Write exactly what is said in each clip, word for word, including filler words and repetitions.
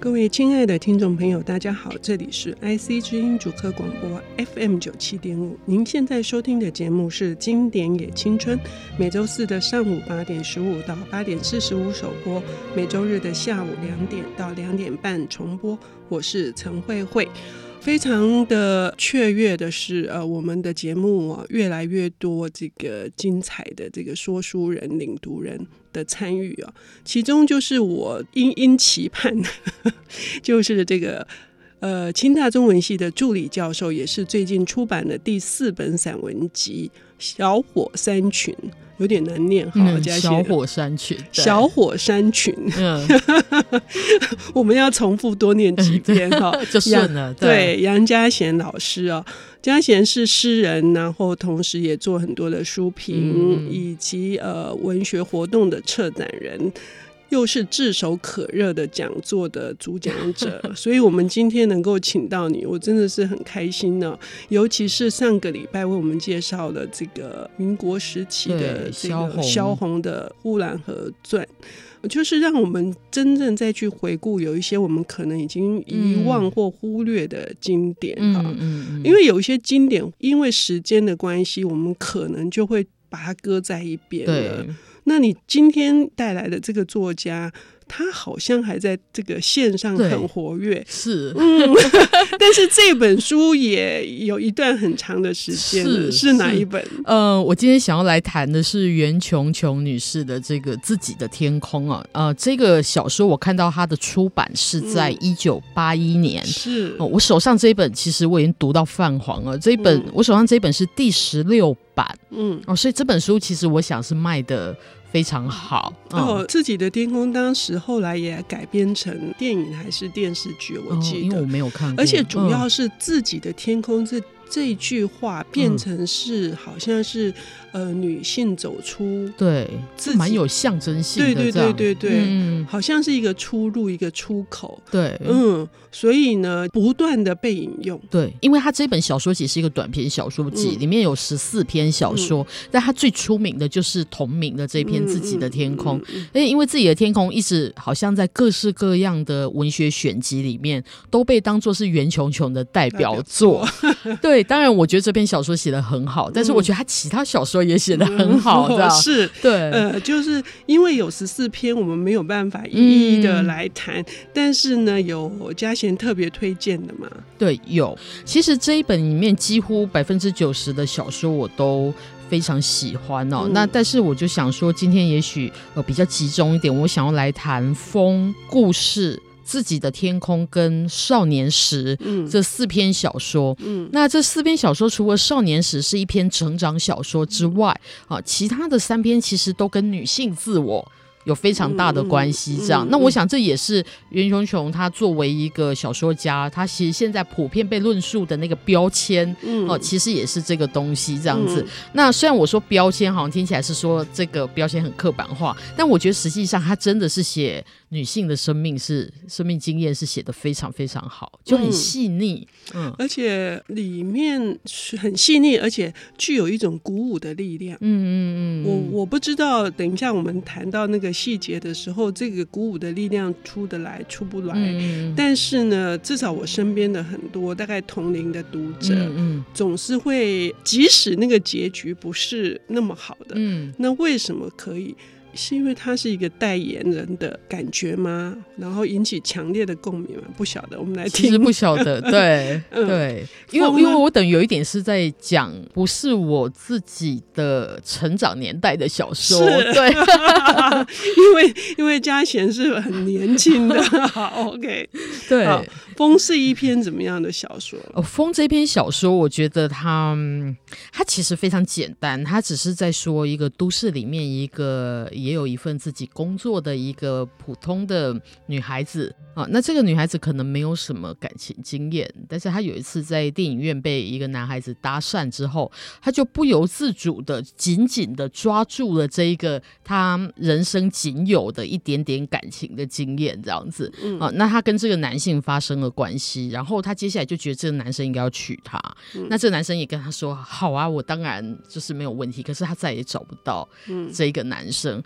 各位亲爱的听众朋友大家好，这里是 I C 之音主客广播 F M 九十七点五， 您现在收听的节目是经典也青春，每周四的上午八点十五到八点四十五首播，每周日的下午两点到两点半重播。我是陈慧慧。非常的雀跃的是，呃，我们的节目啊，越来越多这个精彩的这个说书人、领读人的参与啊，其中就是我殷殷期盼的，就是这个呃清大中文系的助理教授，也是最近出版的第四本散文集《小火山群》。有点难念哈、嗯， 小火山群， 小火山群，嗯，我们要重复多念几遍哈， 就顺了。 对，杨嘉贤老师啊，嘉贤是诗人，然后同时也做很多的书评，嗯、以及呃文学活动的策展人。又是炙手可热的讲座的主讲者，所以我们今天能够请到你，我真的是很开心呢、哦。尤其是上个礼拜为我们介绍了这个民国时期的这个萧红的《呼兰河传》，就是让我们真正再去回顾有一些我们可能已经遗忘或忽略的经典哈、嗯嗯嗯。因为有一些经典，因为时间的关系，我们可能就会把它搁在一边了。那你今天带来的这个作家，他好像还在这个线上很活跃， 是， 嗯，但是这本书也有一段很长的时间了， 是, 是哪一本？ 呃，我今天想要来谈的是袁琼琼女士的这个《自己的天空》啊，呃，这个小说我看到它的出版是在一九八一年， 嗯、是、 呃，我手上这一本其实我已经读到泛黄了，这一本、嗯、我手上这一本是第十六版，嗯，哦，所以这本书其实我想是卖的非常好、 嗯、哦，自己的天空当时后来也改编成电影还是电视剧，我记得、哦、 因为我没有看过， 而且主要是自己的天空这、嗯、这句话变成是好像是、嗯、呃女性走出， 对，蛮有象征性的， 对对对对对、嗯，好像是一个出入一个出口， 对， 嗯，所以呢不断的被引用， 对，因为他这本小说集是一个短篇小说集、嗯、里面有十四篇小说、嗯、但他最出名的就是同名的这篇自己的天空、嗯嗯嗯、因为自己的天空一直好像在各式各样的文学选集里面都被当作是袁琼琼的代表作对，当然我觉得这篇小说写得很好、嗯、但是我觉得他其他小说也写得很好、嗯、 是， 对， 呃，就是因为有十四篇我们没有办法一一的来谈、嗯、但是呢有嘉贤特别推荐的嘛， 对，有，其实这一本里面几乎百分之九十的小说我都非常喜欢哦、嗯、那但是我就想说今天也许呃比较集中一点，我想要来谈风、故事、自己的天空跟少年时、嗯、这四篇小说、嗯、那这四篇小说除了少年时是一篇成长小说之外、啊、其他的三篇其实都跟女性自我有非常大的关系这样、嗯嗯、那我想这也是袁琼琼她作为一个小说家，她其实现在普遍被论述的那个标签、嗯呃、其实也是这个东西这样子、嗯、那虽然我说标签好像听起来是说这个标签很刻板化，但我觉得实际上她真的是写女性的生命是生命经验是写得非常非常好，就很细腻、嗯嗯、 而且里面很细腻，而且具有一种鼓舞的力量。嗯嗯嗯，我我不知道等一下我们谈到那个细节的时候，这个鼓舞的力量出得来出不来、嗯、但是呢至少我身边的很多大概同龄的读者、嗯嗯、总是会即使那个结局不是那么好的、嗯、那为什么可以，是因为他是一个代言人的感觉吗？然后引起强烈的共鸣吗？不晓得，我们来听。 其实不晓得，对、嗯、对，因为因为我等于有一点是在讲，不是我自己的成长年代的小说，对， 因为因为嘉贤是很年轻的，好 ，OK， 对， 风是一篇怎么样的小说？ 哦，风这篇小说，我觉得它它其实非常简单，它只是在说一个都市里面一个。也有一份自己工作的一个普通的女孩子啊，那这个女孩子可能没有什么感情经验，但是她有一次在电影院被一个男孩子搭讪之后，她就不由自主的紧紧的抓住了这一个她人生仅有的一点点感情的经验这样子、嗯啊、那她跟这个男性发生了关系，然后她接下来就觉得这个男生应该要娶她、嗯、那这个男生也跟她说好啊，我当然就是没有问题，可是她再也找不到这一个男生、嗯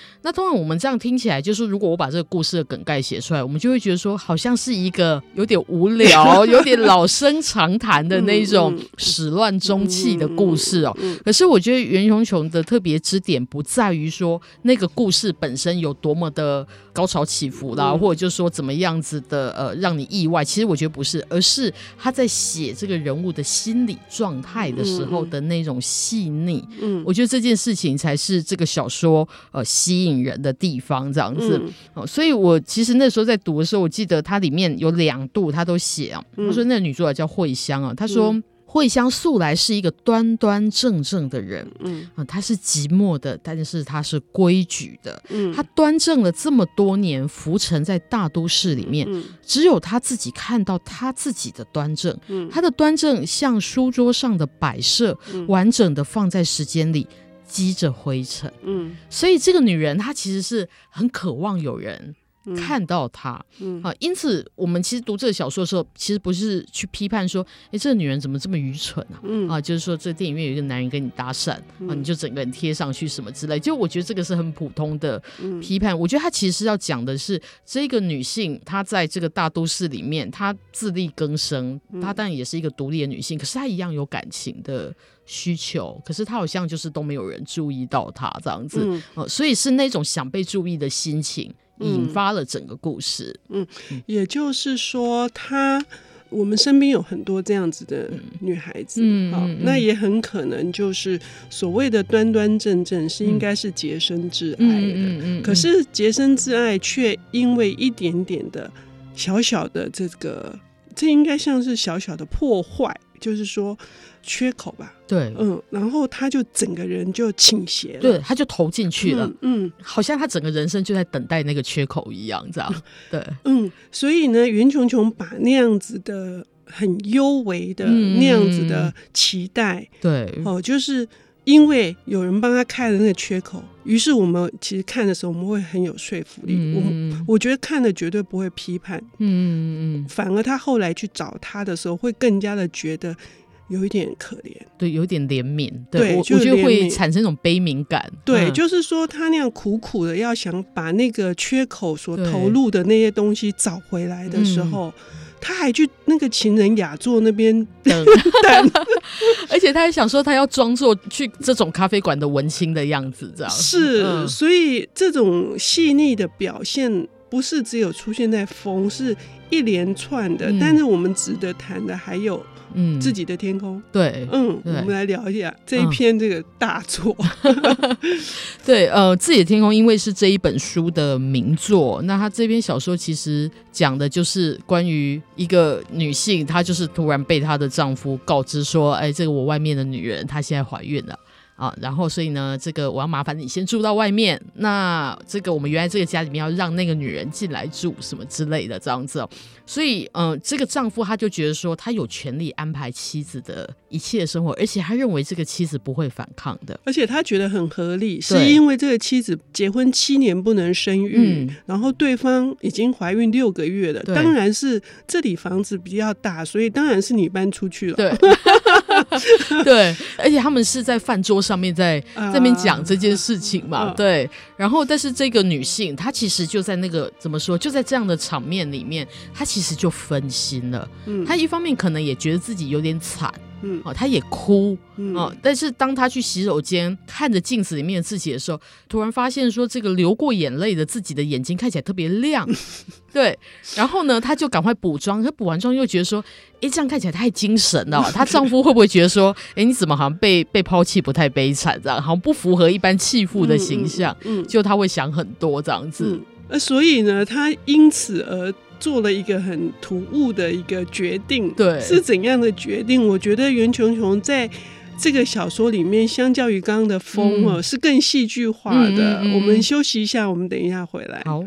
那通常我们这样听起来，就是如果我把这个故事的梗概写出来，我们就会觉得说好像是一个有点无聊有点老生常谈的那种始乱终弃的故事哦。可是我觉得袁琼琼的特别之点不在于说那个故事本身有多么的高潮起伏啦，或者就是说怎么样子的呃让你意外，其实我觉得不是，而是他在写这个人物的心理状态的时候的那种细腻。嗯，我觉得这件事情才是这个小说呃吸引人的地方，这样子。嗯哦、所以我其实那时候在读的时候，我记得它里面有两度他都写啊，他说那个女主角叫慧香啊，他说。嗯慧香素来是一个端端正正的人，嗯，呃、她是寂寞的，但是她是规矩的，嗯，她端正了这么多年，浮沉在大都市里面，嗯，只有她自己看到她自己的端正，嗯，她的端正像书桌上的摆设，嗯，完整的放在时间里，积着灰尘，嗯，所以这个女人她其实是很渴望有人。看到他、嗯啊、因此我们其实读这个小说的时候，其实不是去批判说哎，这个女人怎么这么愚蠢啊、嗯、啊，就是说这电影院有一个男人跟你搭讪、嗯啊、你就整个人贴上去什么之类，就我觉得这个是很普通的批判、嗯、我觉得他其实要讲的是这个女性她在这个大都市里面她自力更生，她当然也是一个独立的女性，可是她一样有感情的需求，可是她好像就是都没有人注意到她这样子、嗯啊、所以是那种想被注意的心情引发了整个故事。嗯， 嗯也就是说他我们身边有很多这样子的女孩子、嗯嗯、那也很可能就是所谓的端端正正是应该是洁身自爱的、嗯嗯嗯嗯、可是洁身自爱却因为一点点的小小的这个，这应该像是小小的破坏，就是说缺口吧， 对， 嗯，然后他就整个人就倾斜了， 对，他就投进去了， 嗯，嗯好像他整个人生就在等待那个缺口一样，这样，对， 嗯，所以呢，袁琼琼把那样子的很幽微的、嗯、那样子的期待， 对， 哦，就是因为有人帮他开了那个缺口，于是我们其实看的时候我们会很有说服力，嗯、我们我觉得看的绝对不会批判，嗯嗯，反而他后来去找他的时候会更加的觉得有一点可怜， 对，有点怜悯， 对, 对我, 我觉得会产生一种悲悯感， 对、 嗯、 就是说他那样苦苦的要想把那个缺口所投入的那些东西找回来的时候、嗯、他还去那个情人雅座那边等而且他还想说他要装作去这种咖啡馆的文青的样子，这样是、嗯、所以这种细腻的表现不是只有出现在风，是一连串的、嗯、但是我们值得谈的还有嗯，自己的天空， 对， 嗯，对，我们来聊一下这一篇这个大作。 嗯、对，呃，自己的天空因为是这一本书的名作，那他这篇小说其实讲的就是关于一个女性，她就是突然被她的丈夫告知说，哎，这个我外面的女人她现在怀孕了。啊，然后所以呢，这个我要麻烦你先住到外面，那这个我们原来这个家里面要让那个女人进来住什么之类的这样子、哦、所以呃，这个丈夫他就觉得说他有权利安排妻子的一切生活，而且他认为这个妻子不会反抗的， 而且他觉得很合理，是因为这个妻子结婚七年不能生育、嗯、然后对方已经怀孕六个月了，当然是这里房子比较大，所以当然是你搬出去了， 对对，而且他们是在饭桌上面在那边讲这件事情嘛、啊、对，然后但是这个女性她其实就在那个怎么说，就在这样的场面里面她其实就分心了、嗯、她一方面可能也觉得自己有点惨，嗯哦、她也哭、嗯哦、但是当她去洗手间看着镜子里面的自己的时候，突然发现说这个流过眼泪的自己的眼睛看起来特别亮对，然后呢她就赶快补妆，可补完妆又觉得说哎，这样看起来太精神了，她丈夫会不会觉得说哎，你怎么好像被被抛弃不太悲惨，这样好像不符合一般弃妇的形象，嗯嗯嗯、就她会想很多这样子、 嗯、所以呢她因此而做了一个很突兀的一个决定， 对， 是怎样的决定？我觉得袁琼琼在这个小说里面相较于刚刚的风、嗯、是更戏剧化的、嗯嗯嗯、我们休息一下，我们等一下回来。 好，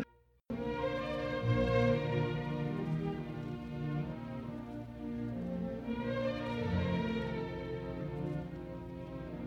欢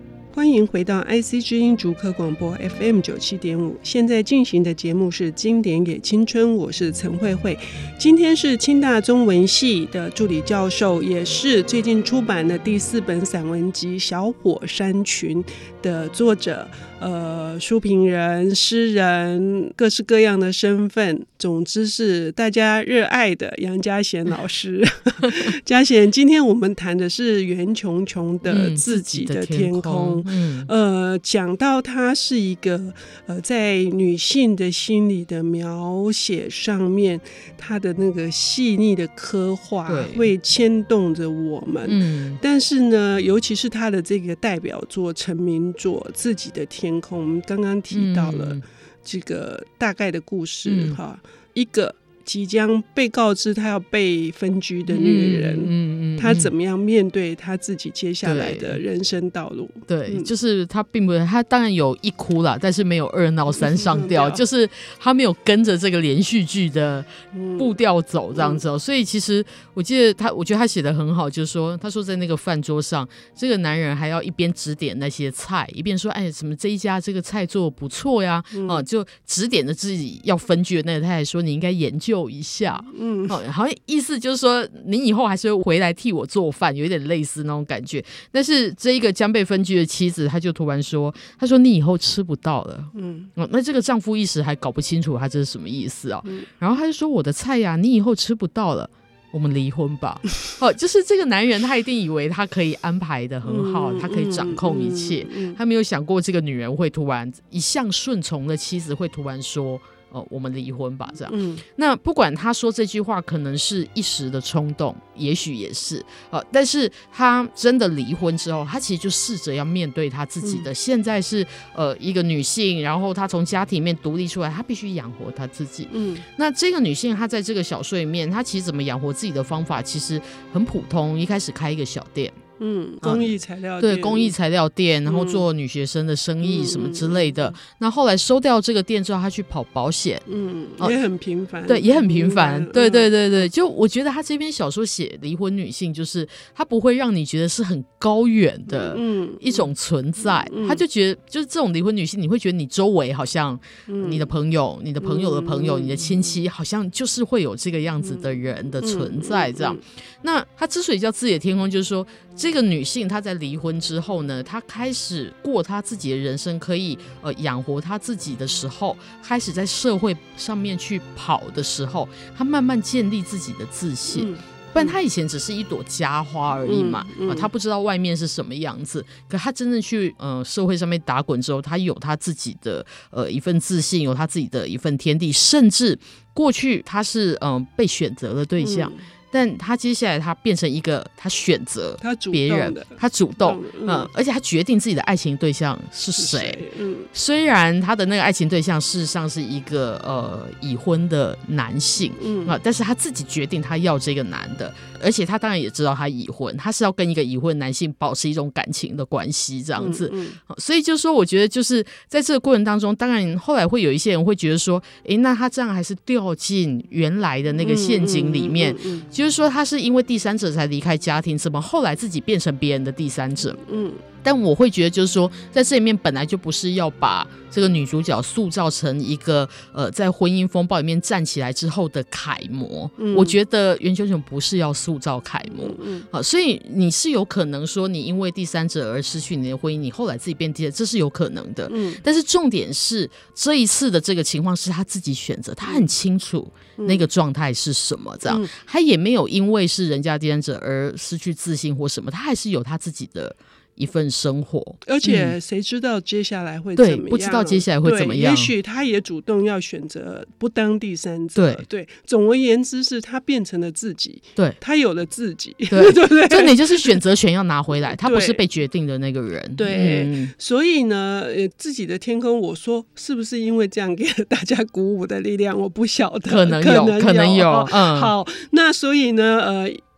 欢迎回到 I C 之音竹科广播 F M 九七点五。现在进行的节目是《经典也青春》，我是陈慧慧。今天是清大中文系的助理教授，也是最近出版的第四本散文集《小火山群》的作者，呃，书评人、诗人，各式各样的身份。总之是大家热爱的杨嘉贤老师。嘉贤，今天我们谈的是袁琼琼的自己的天空。嗯，呃，讲到她是一个呃，在女性的心理的描写上面，她的那个细腻的刻画会牵动着我们。嗯，但是呢，尤其是她的这个代表作成名作《自己的天空》，我们刚刚提到了这个大概的故事。嗯，哈，一个即将被告知她要被分居的女人，嗯嗯嗯、她怎么样面对她自己接下来的人生道路？对， 嗯、就是她并不，她当然有一哭啦，但是没有二闹三上吊，就是她没有跟着这个连续剧的步调走这样子、哦嗯。所以其实我记得她，我觉得她写得很好，就是说，她说在那个饭桌上，这个男人还要一边指点那些菜，一边说，哎，什么这一家这个菜做得不错呀，嗯、啊，就指点着自己要分居的那个太太说，你应该研究一下，嗯，好像意思就是说你以后还是会回来替我做饭，有一点类似那种感觉。但是这一个将被分居的妻子，她就突然说，她说你以后吃不到了，嗯，哦、那这个丈夫一时还搞不清楚他这是什么意思啊、嗯，然后他就说我的菜呀，你以后吃不到了。我们离婚吧。哦，就是这个男人他一定以为他可以安排的很好、嗯、他可以掌控一切、嗯嗯嗯、他没有想过这个女人会突然，一向顺从的妻子会突然说哦，我们离婚吧，这样、嗯。那不管他说这句话可能是一时的冲动，也许也是、呃、但是他真的离婚之后，他其实就试着要面对他自己的、嗯、现在是呃一个女性，然后她从家庭里面独立出来，她必须养活她自己。嗯，那这个女性她在这个小说里面，她其实怎么养活自己的方法其实很普通，一开始开一个小店。 嗯，工艺材料店、啊、 对，工艺材料店，然后做女学生的生意什么之类的、嗯、那后来收掉这个店之后，他去跑保险，嗯， 也很平凡、哦、 对，也很平凡、嗯、对对对对，就我觉得他这篇小说写离婚女性，就是他不会让你觉得是很高远的一种存在、嗯嗯、他就觉得就是这种离婚女性，你会觉得你周围好像你的朋友、嗯、你的朋友的朋友、嗯、你的亲戚好像就是会有这个样子的人的存在这样、嗯嗯嗯、那他之所以叫自己的天空，就是说这个女性她在离婚之后呢，她开始过她自己的人生，可以呃养活她自己的时候，开始在社会上面去跑的时候，她慢慢建立自己的自信、嗯，不然她以前只是一朵家花而已嘛，嗯嗯、她不知道外面是什么样子。可她真正去呃社会上面打滚之后，她有她自己的呃一份自信，有她自己的一份天地，甚至过去她是嗯、呃、被选择的对象。嗯，但他接下来他变成一个他选择别人，他主动，嗯，嗯而且他决定自己的爱情对象是谁。嗯，虽然他的那个爱情对象事实上是一个呃已婚的男性，嗯啊，但是他自己决定他要这个男的，而且他当然也知道他已婚，他是要跟一个已婚男性保持一种感情的关系这样子。嗯嗯、所以就是说，我觉得就是在这个过程当中，当然后来会有一些人会觉得说，哎，那他这样还是掉进原来的那个陷阱里面。嗯嗯嗯嗯就是说他是因为第三者才离开家庭，怎么后来自己变成别人的第三者？嗯，但我会觉得就是说在这里面本来就不是要把这个女主角塑造成一个呃在婚姻风暴里面站起来之后的楷模、嗯、我觉得袁琼琼不是要塑造楷模、嗯嗯、所以你是有可能说你因为第三者而失去你的婚姻，你后来自己变第三者，这是有可能的、嗯、但是重点是这一次的这个情况是他自己选择，他很清楚那个状态是什么，这样、嗯、他也没有因为是人家第三者而失去自信或什么，他还是有他自己的一份生活， 而且谁知道接下来会怎么样、嗯、对， 不知道接下来会怎么样， 也许他也主动要选择不当第三者。 对, 对总而言之是他变成了自己，对，他有了自己，对对对， 就你就是选择权要拿回来，他不是被决定的那个人。 对、嗯、所以呢自己的天空，我说是不是因为这样给了大家鼓舞的力量，我不晓得， 可能有可能有、哦、 嗯，好，那所以呢呃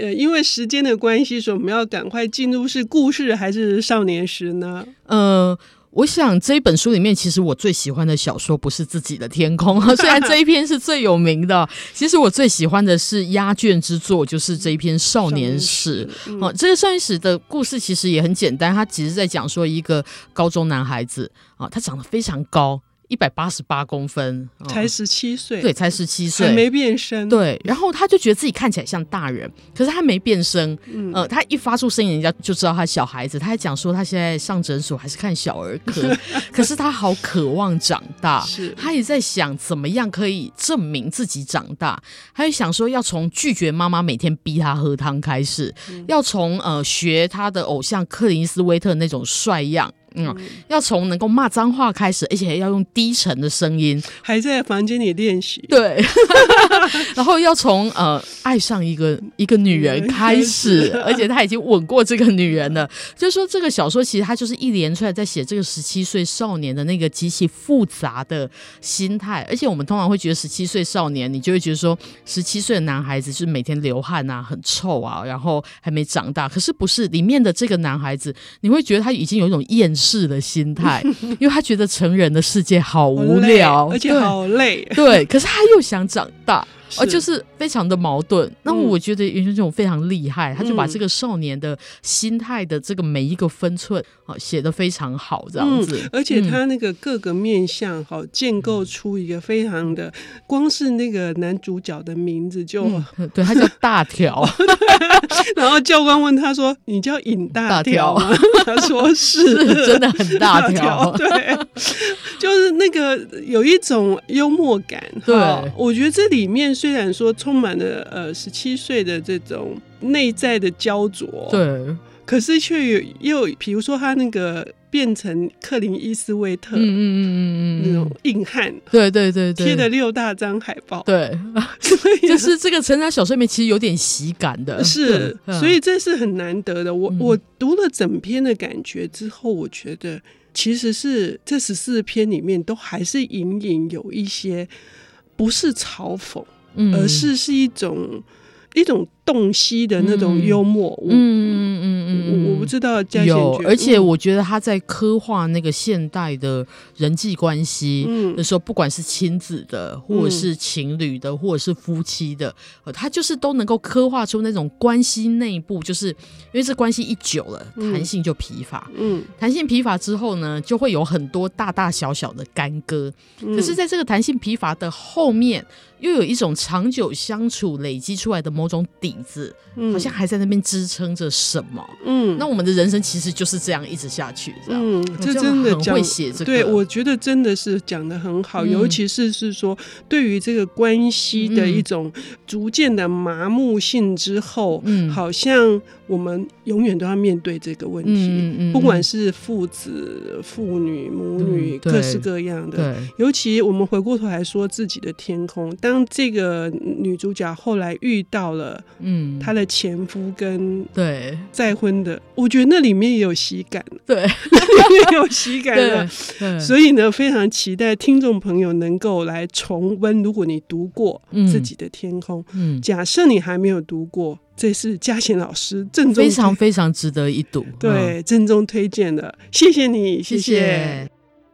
呃，因为时间的关系，所以我们要赶快进入是故事还是少年时呢？ 呃。我想这一本书里面，其实我最喜欢的小说不是自己的天空，虽然这一篇是最有名的，其实我最喜欢的是压卷之作，就是这一篇少年史。嗯哦、这个少年史的故事其实也很简单，它其实在讲说一个高中男孩子啊、哦，他长得非常高。一百八十八公分， 才十七岁， 对，才十七岁， 还没变声。 对，然后他就觉得自己看起来像大人，可是他没变声。嗯，呃，他一发出声音，人家就知道他小孩子。他还讲说，他现在上诊所还是看小儿科，可是他好渴望长大。是，他也在想怎么样可以证明自己长大。他就想说，要从拒绝妈妈每天逼他喝汤开始，嗯、要从呃学他的偶像克林斯威特那种帅样。嗯，要从能够骂脏话开始，而且要用低沉的声音， 还在房间里练习。 对，然后要从呃爱上一个一个女人开始，而且他已经吻过这个女人了。就是说，这个小说其实他就是一连串在写这个十七岁少年的那个极其复杂的心态。而且我们通常会觉得十七岁少年，你就会觉得说，十七岁的男孩子就是每天流汗啊，很臭啊，然后还没长大。可是不是，里面的这个男孩子，你会觉得他已经有一种厌世的心态，因为他觉得成人的世界好无聊， 而且好累。 对，可是他又想长大。哦，就是非常的矛盾。那我觉得袁泉这种非常厉害，他就把这个少年的心态的这个每一个分寸啊写得非常好，这样子。 嗯、而且他那个各个面向好建构出一个非常的，光是那个男主角的名字就、 嗯、对，他叫大条。 然后教官问他说：“你叫尹大条吗？”他说是：“ 是，真的很大条。” 对，就是那个有一种幽默感。对，我觉得这里面。虽然说充满了呃十七岁的这种内在的焦灼， 对， 可是却有又比如说他那个变成克林伊斯威特，嗯嗯嗯嗯那种硬汉， 对对对对， 贴了六大张海报， 对，就是这个成长小说里面其实有点喜感的， 是，所以这是很难得的。我、嗯、我读了整篇的感觉之后，我觉得其实是这十四篇里面都还是隐隐有一些不是嘲讽。嗯、而是是一种一种洞悉的那种幽默，嗯嗯嗯嗯，我不知道嘉贤有，而且我觉得他在刻画那个现代的人际关系的时候，嗯、不管是亲子的，或者是情侣的，或者是夫妻的，呃、他就是都能够刻画出那种关系内部，就是因为这关系一久了，弹性就疲乏，嗯，弹性疲乏之后呢，就会有很多大大小小的干戈，嗯、可是在这个弹性疲乏的后面，又有一种长久相处累积出来的某种底子，嗯、好像还在那边支撑着什么。嗯，那我们的人生其实就是这样一直下去，这样。嗯， 这真的很会写这个。 对，我觉得真的是讲得很好，嗯、尤其是是说对于这个关系的一种逐渐的麻木性之后，嗯、好像我们永远都要面对这个问题，嗯嗯、不管是父子、父女、母女，嗯、各式各样的。尤其我们回过头来说自己的天空，当这个女主角后来遇到了嗯她的前夫跟对再婚的，我觉得那里面也有喜感，对，那里面有喜感的，所以呢，非常期待听众朋友能够来重温。如果你读过自己的天空，嗯嗯、假设你还没有读过，这是嘉贤老师郑重非常非常值得一读， 对，郑重推荐的，谢谢你，谢谢。谢谢。